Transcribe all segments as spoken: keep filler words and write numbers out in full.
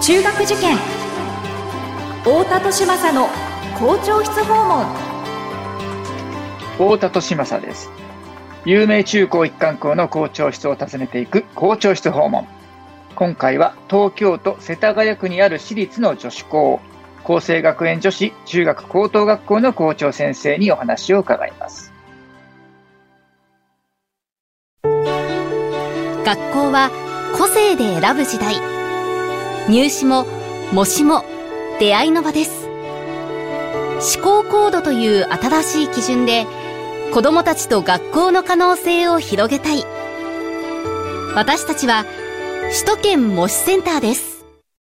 中学受験太田利政の校長室訪問。 太田利政です。有名中高一貫校の校長室を訪ねていく校長室訪問。今回は東京都世田谷区にある私立の女子校、厚生学園女子中学高等学校の校長先生にお話を伺います。 学校は個性で選ぶ時代。入試も模試も出会いの場です。思考コードという新しい基準で子どもたちと学校の可能性を広げたい。私たちは首都圏模試センターです。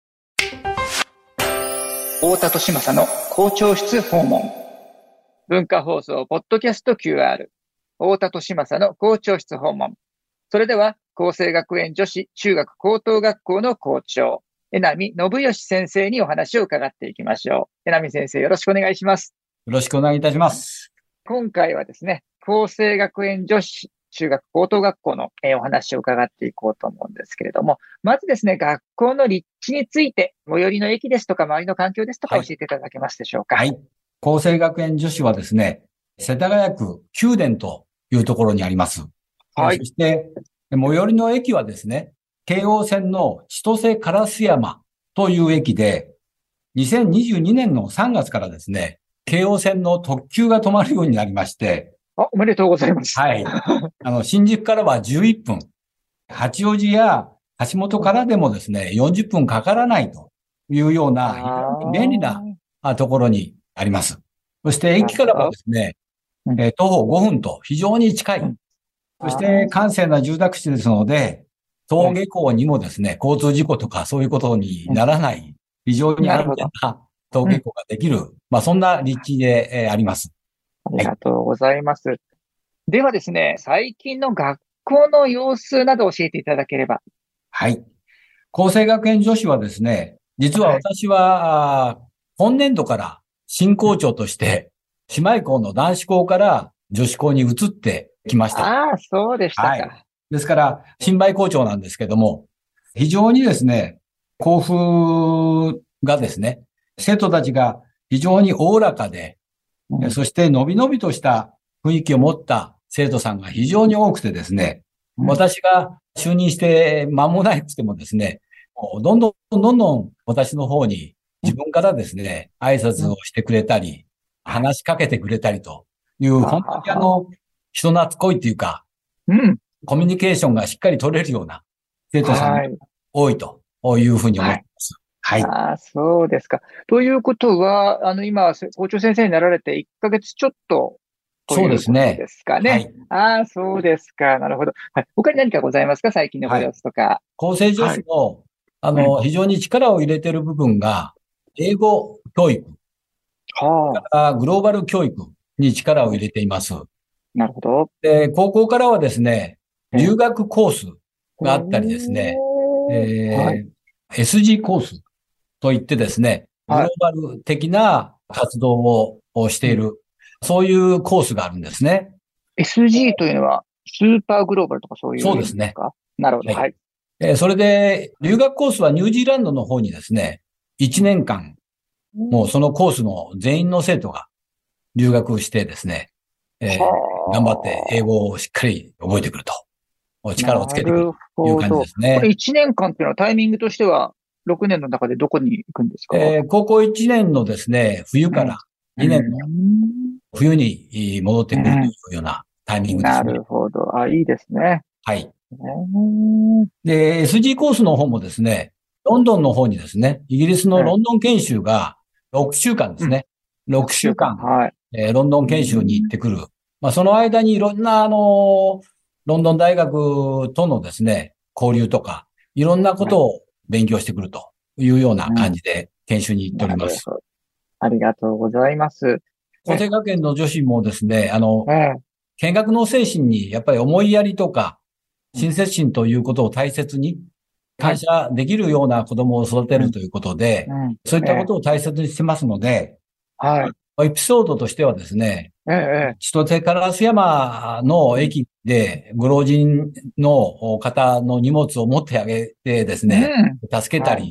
太田利政の校長室訪問。文化放送ポッドキャスト キューアール 太田利政の校長室訪問。それでは厚生学園女子中学高等学校の校長江波信義先生にお話を伺っていきましょう。江波先生、よろしくお願いします。 よろしくお願いいたします。 今回はですね、厚生学園女子中学高等学校のお話を伺っていこうと思うんですけれども、まずですね、学校の立地について、最寄りの駅ですとか周りの環境ですとか教えていただけますでしょうか。 はい。厚生学園女子はですね、世田谷区宮殿というところにあります。はい。そして、最寄りの駅はですね、京王線の千歳烏山という駅で、にせんにじゅうにねんのさんがつからですね、京王線の特急が止まるようになりまして、 あ、おめでとうございます。 はい。あの、新宿からはじゅういっぷん、八王子や橋本からでもですね、よんじゅっぷんかからないというような、非常に便利なところにあります。そして駅からもですね、えー、徒歩ごふんと非常に近い。そして閑静な住宅地ですので、登下校にもですね、交通事故とかそういうことにならない、非常に安全な登下校ができる、まあそんな立地で、えー、あります。 ありがとうございます。はい、ではですね、最近の学校の様子など教えていただければ。 はい。厚生学園女子はですね、実は私は、はい、今年度から新校長として、姉妹校の男子校から女子校に移ってきました。 ああ、そうでしたか。はい、 ですから、新米校長なんですけども、非常にですね、校風がですね、生徒たちが非常におおらかで、うん、そしてのびのびとした雰囲気を持った生徒さんが非常に多くてですね、うん、私が就任して間もないくてもですね、どんどんどんどん私の方に自分からですね、挨拶をしてくれたり、話しかけてくれたりという、本当にあの、人懐っこいっていうか、うん、コミュニケーションがしっかり取れるような生徒さんが多いというふうに思います。はい。 はい、ああ、そうですか。ということは、あの、今、校長先生になられていっかげつちょっとということですかね。そうですね。はい、ああ、そうですか。なるほど。はい。他に何かございますか？最近のご様子とか。はい、 厚生女子の、はい、あの、うん、非常に力を入れている部分が、英語教育。はあ。グローバル教育に力を入れています。 なるほど。 で、高校からはですね、留学コースがあったりですね、えーはい、エスジー コースといってですね、グローバル的な活動をしている、はい、そういうコースがあるんですね。 エスジー というのは、スーパーグローバルとかそういう意味ですか？そうですね。なるほど。はい。 えー、それで、留学コースはニュージーランドの方にですね、いちねんかん、もうそのコースの全員の生徒が留学してですね、えー、頑張って英語をしっかり覚えてくると。力をつけてくるという感じですね。 これいちねんかんっていうのはタイミングとしてはろくねんの中でどこに行くんですか？ えー、高校いちねんのですね、冬からにねんの冬に戻ってくるというようなタイミングですね。 なるほど。あ、いいですね。 はい。で、エスジー コースの方もですね、ロンドンの方にですね、イギリスのロンドン研修がろくしゅうかんですね。うん、ろくしゅうかん、はい、えー、ロンドン研修に行ってくる。まあ、その間にいろんな、あのー、ロンドン大学とのですね、交流とか、いろんなことを勉強してくるというような感じで研修に行っております。 うん、ありがとうございます。 厚生学園の女子もですね、あの、ええ、見学の精神にやっぱり思いやりとか、親切心ということを大切に、感謝できるような子供を育てるということで、うんうん、そういったことを大切にしてますので、はい。エピソードとしてはですね、ええ、千歳烏山の駅でご老人の方の荷物を持ってあげてですね、うん、助けたり、はい、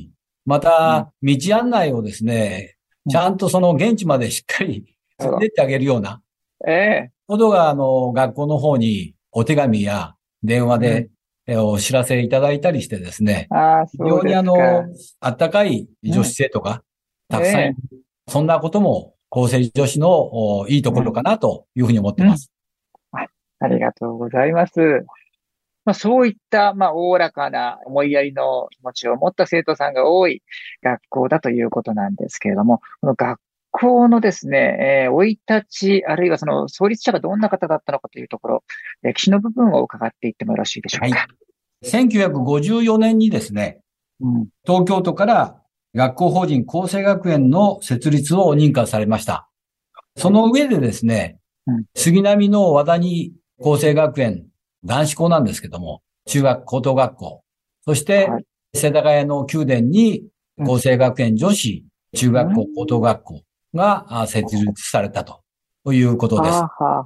また、道案内をですね、ちゃんとその現地までしっかり連れてってあげるような、 ええ。 ことが、あの、学校の方にお手紙や電話で、えお知らせいただいたりしてですね、 ああ、 非そうですか。 常にあの、あったかい女子生徒がたくさんいる、 えそんなことも、厚生女子のおいいところかなというふうに思ってます。 あありがとうございます。まあ、そういった、まあ、おおらかな思いやりの気持ちを持った生徒さんが多い学校だということなんですけれども、この学校のですね、えー、生い立ち、あるいはその創立者がどんな方だったのかというところ、歴史の部分を伺っていってもよろしいでしょうか。はい、 せんきゅうひゃくごじゅうよねんにですね、うん、東京都から学校法人厚生学園の設立を認可されました。その上でですね、うん、杉並の和田に厚生学園男子校なんですけども、中学高等学校、そして、世田谷の宮殿に厚生学園女子中学校高等学校が設立されたということです。 はい。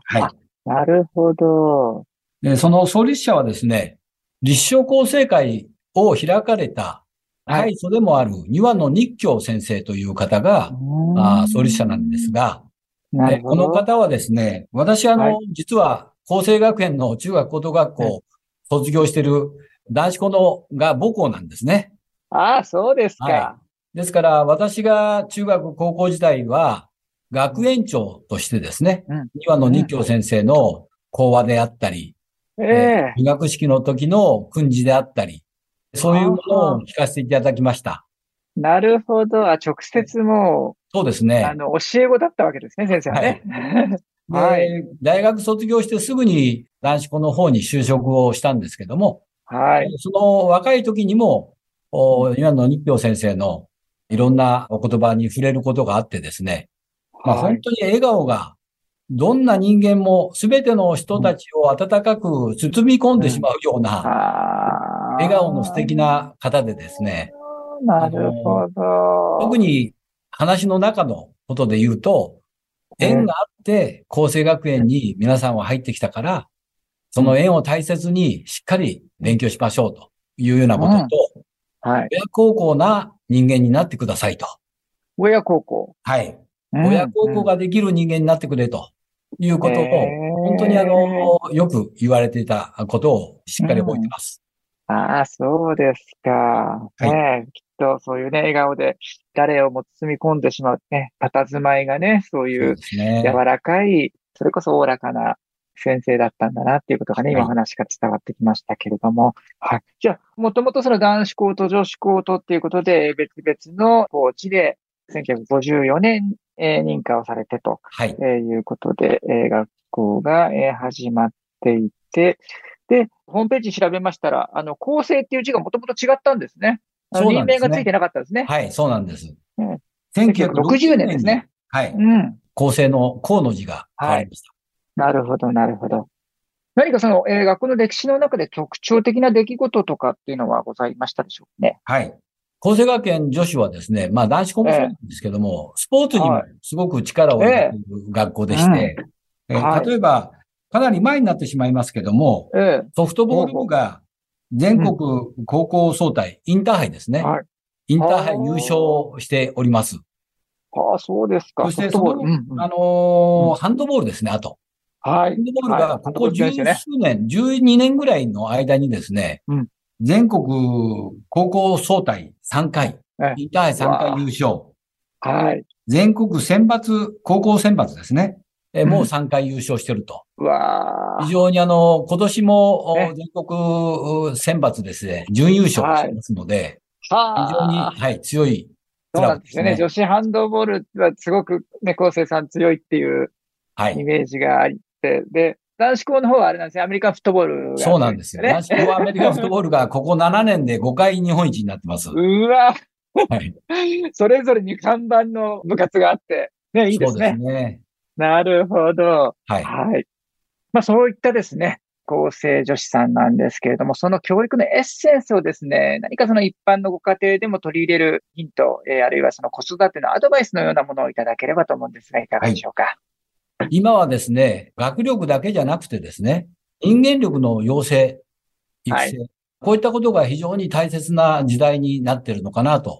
なるほど。 で、その創立者はですね、立正厚生会を開かれた開祖でもある庭野日教先生という方が創立者なんですが、この方はですね、私あの、はい、実は厚生学園の中学高等学校卒業している男子校のが母校なんですね。 ああ、そうですか。 はい。ですから私が中学高校時代は学園長としてですね、うん、庭野日教先生の講話であったり、 ええー、入学式の時の訓示であったり、そういうものを聞かせていただきました。 なるほど。直接もう、 そうですね。 あの、教え子だったわけですね、先生はね。 はい。で、大学卒業してすぐに男子校の方に就職をしたんですけども、 はい。 その若い時にも、今の日教先生のいろんなお言葉に触れることがあってですね、まあ本当に笑顔が、どんな人間も全ての人たちを温かく包み込んでしまうような、笑顔の素敵な方でですね、 なるほど。 特に話の中のことで言うと、縁があって厚生学園に皆さんは入ってきたから、その縁を大切にしっかり勉強しましょうというようなことと、 うん、はい。 親孝行な人間になってくださいと。 親孝行。 はい。うん、親孝行ができる人間になってくれということを、本当にあの、よく言われていたことをしっかり覚えています。 うん、ああ、そうですか。はい、ね、きっとそういうね、笑顔で誰をも包み込んでしまうね、佇まいがね、そういう柔らかい、それこそおおらかな先生だったんだなっていうことがね、今お話から伝わってきましたけれども。はい。じゃあ、もともとその男子校と女子校とっていうことで、別々の校地で、せんきゅうひゃくごじゅうよねん、えー、認可をされてと、はいえー、いうことで、えー、学校が、えー、始まっていて、で、ホームページ調べましたら、あの、厚生っていう字がもともと違ったんですね。 そうなんですね。 任命がついてなかったですね。 はい、そうなんです。 うん、 せんきゅうひゃくろくじゅうねんですね。 はい。うん。厚生の厚の字が変わりました。 はい、なるほど、なるほど。何かその、えー、学校の歴史の中で特徴的な出来事とかっていうのはございましたでしょうかね。 はい。厚生学園女子はですね、まあ男子校もそうなんですけども、えー、スポーツにもすごく力を入れている学校でして、えーうんえーはい、例えば、かなり前になってしまいますけども、えー、ソフトボール部が全国高校総体、うん、インターハイですね。はい、インターハイ優勝しております。 ああ、そうですか。 そしてその、うんうん、あのーうん、ハンドボールですね、あと。 はい。 ハンドボールがここ十数年、じゅうにねんぐらいの間にですね、うん、全国高校総体さんかい、インターハイさんかい優勝。 はい。 全国選抜、高校選抜ですね。えもうさんかい優勝してると。 うわ非常にあの、今年も全国選抜ですね、準優勝してますので、はい、非常に、はい、強いクラブですね。 そうなんですよね。女子ハンドボールはすごくね、厚生さん強いっていうイメージがあり、はい、で、男子校の方はあれなんですよ。アメリカンフットボールが、ね。 そうなんですよ。男子校はアメリカンフットボールがここななねんでごかい日本一になってます。 うわはい。それぞれに看板の部活があって、ね、いいですね。 そうですね。 なるほど。 はい。 はい。まあそういったですね、厚生女子さんなんですけれども、その教育のエッセンスをですね、何かその一般のご家庭でも取り入れるヒント、えー、あるいはその子育てのアドバイスのようなものをいただければと思うんですが、いかがでしょうか。 はい、今はですね、学力だけじゃなくてですね、人間力の養成、育成、はい、こういったことが非常に大切な時代になっているのかなと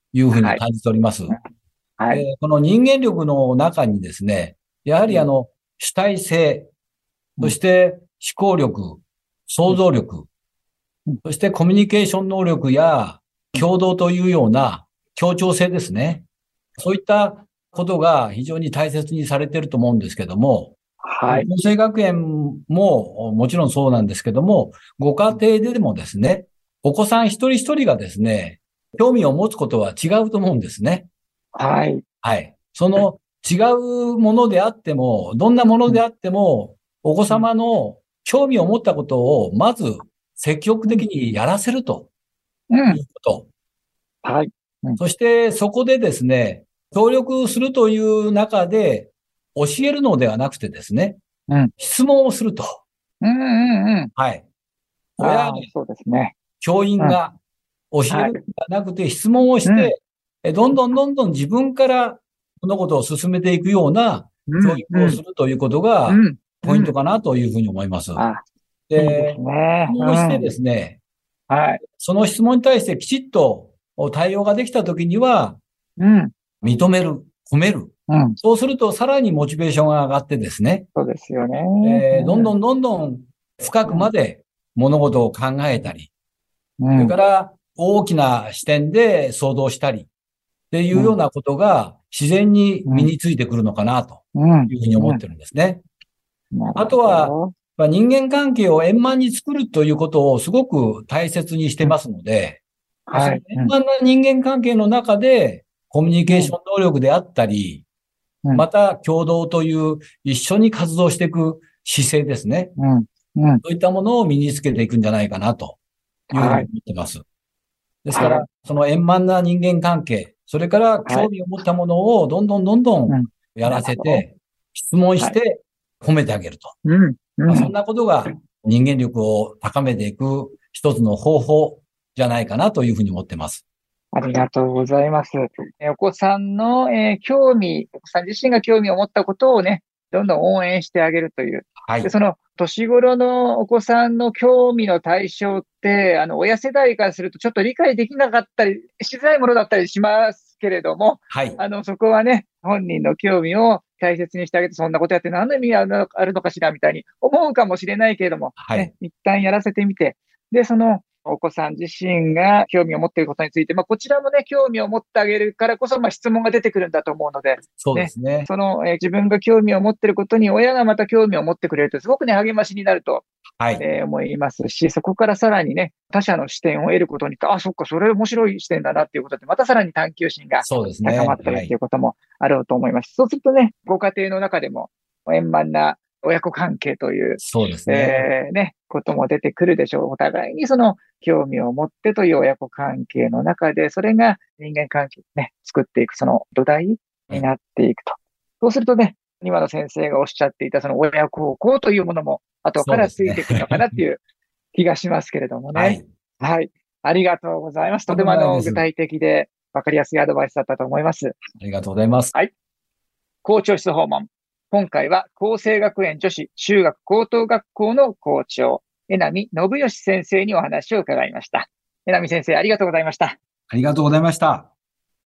いうふうに感じております。 はい。 えーこの人間力の中にですね、やはりあの、主体性、そして思考力、想像力、そしてコミュニケーション能力や共同というような協調性ですね。そういったことが非常に大切にされていると思うんですけども、 はい。 厚生学園ももちろんそうなんですけども、ご家庭でもですね、お子さん一人一人がですね、興味を持つことは違うと思うんですね。 はい。 はい。その違うものであっても、どんなものであっても、お子様の興味を持ったことをまず積極的にやらせるとうん。 いうこと。 はい。うん。 そしてそこでですね、協力するという中で教えるのではなくてですね、 うん。 質問をすると。 うんうんうん。 はい。親が、 ああ、そうですね。 教員うん。 が教えはい。 るのではなくて質問をしうん。 て、えどんどんどんどん自分から物事を進めていくような教うん。うん。 育をするということがうん。 ポインうん。 トかなというふうに思います。 あ、いいですで、質ね。う問をしてでん。 すね、 はい。 その質問に対してきちっと対応ができたときには、 うん。 認める、褒める。 うん。 そうするとさらにモチベーションが上がってですね、 そうですよね。 えーどんうん。 どんどんどん深くまで物事を考えたり、それうん。 から大きな視点で想像したりっていうようなことが自然に身についてくるのかなとうん。 いうふうに思ってるんですね。 なるあとは、 ほまあ人間関係を円満に作るということをすごく大切にしてますので、 ど。 そのはい。うん。 円満な人間関係の中でコミュニケーション能力であったり、 うん。 また共同という一緒に活動していく姿勢ですね。 うん。うん。 そういったものを身につけていくんじゃないかなというふうに思はい。 ってます。ですかはい。 ら、その円満な人間関係、それからはい。 興味を持ったものをどんどんどんどんうん。 やらなるほど。 せて、質問しはい。 て褒めてあげると。 うん。 まあ、そんうん。 なことが人間力を高めていく一つの方法じゃないかなというふうに思ってます。 ありがとうございます。えお子さんの、えー興味、お子さん自身が興味を持ったことをね、どんどん応援してあげるという。で、 はい。 その、年頃のお子さんの興味の対象って、あの、親世代からするとちょっと理解できなかったり、しづらいものだったりしますけれども、 はい。 あの、そこはね、本人の興味を大切にしてあげて、そんなことやって何の意味があるのあるのかしらみたいに思うかもしれないけれども、ね、 はい。 一旦やらせてみて、で、その、お子さん自身が興味を持っていることについて、まあ、こちらもね、興味を持ってあげるからこそ、まあ、質問が出てくるんだと思うので、 そうでね、 すね。 その、えー自分が興味を持っていることに、親がまた興味を持ってくれると、すごくね、励ましになると、 はい。 えー思いますし、そこからさらにね、他者の視点を得ることに、あ、そっか、それ面白い視点だなっていうことで、またさらに探求心がそうです高まね。 ったりっていはい。 うこともあろうと思います。そうするとね、ご家庭の中でも円満な親子関係という、 そうですね。 えーね、ことも出てくるでしょう。お互いにその興味を持ってという親子関係の中で、それが人間関係をね、作っていくその土台になっていくと。そうするとね、今の先生がおっしゃっていたその親孝行というものも後からついそうですね。 てくるのかなっていう気がしますけれどもね。 はい。 はい。ありがとうございます。 とんでとてもあもないです。あの具体的でわかりやすいアドバイスだったと思います。 りがとうございます。 はい。校長室訪問。今回は厚生学園女子中学高等学校の校長、江波信義先生にお話を伺いました。江波先生、ありがとうございました。 ありがとうございました。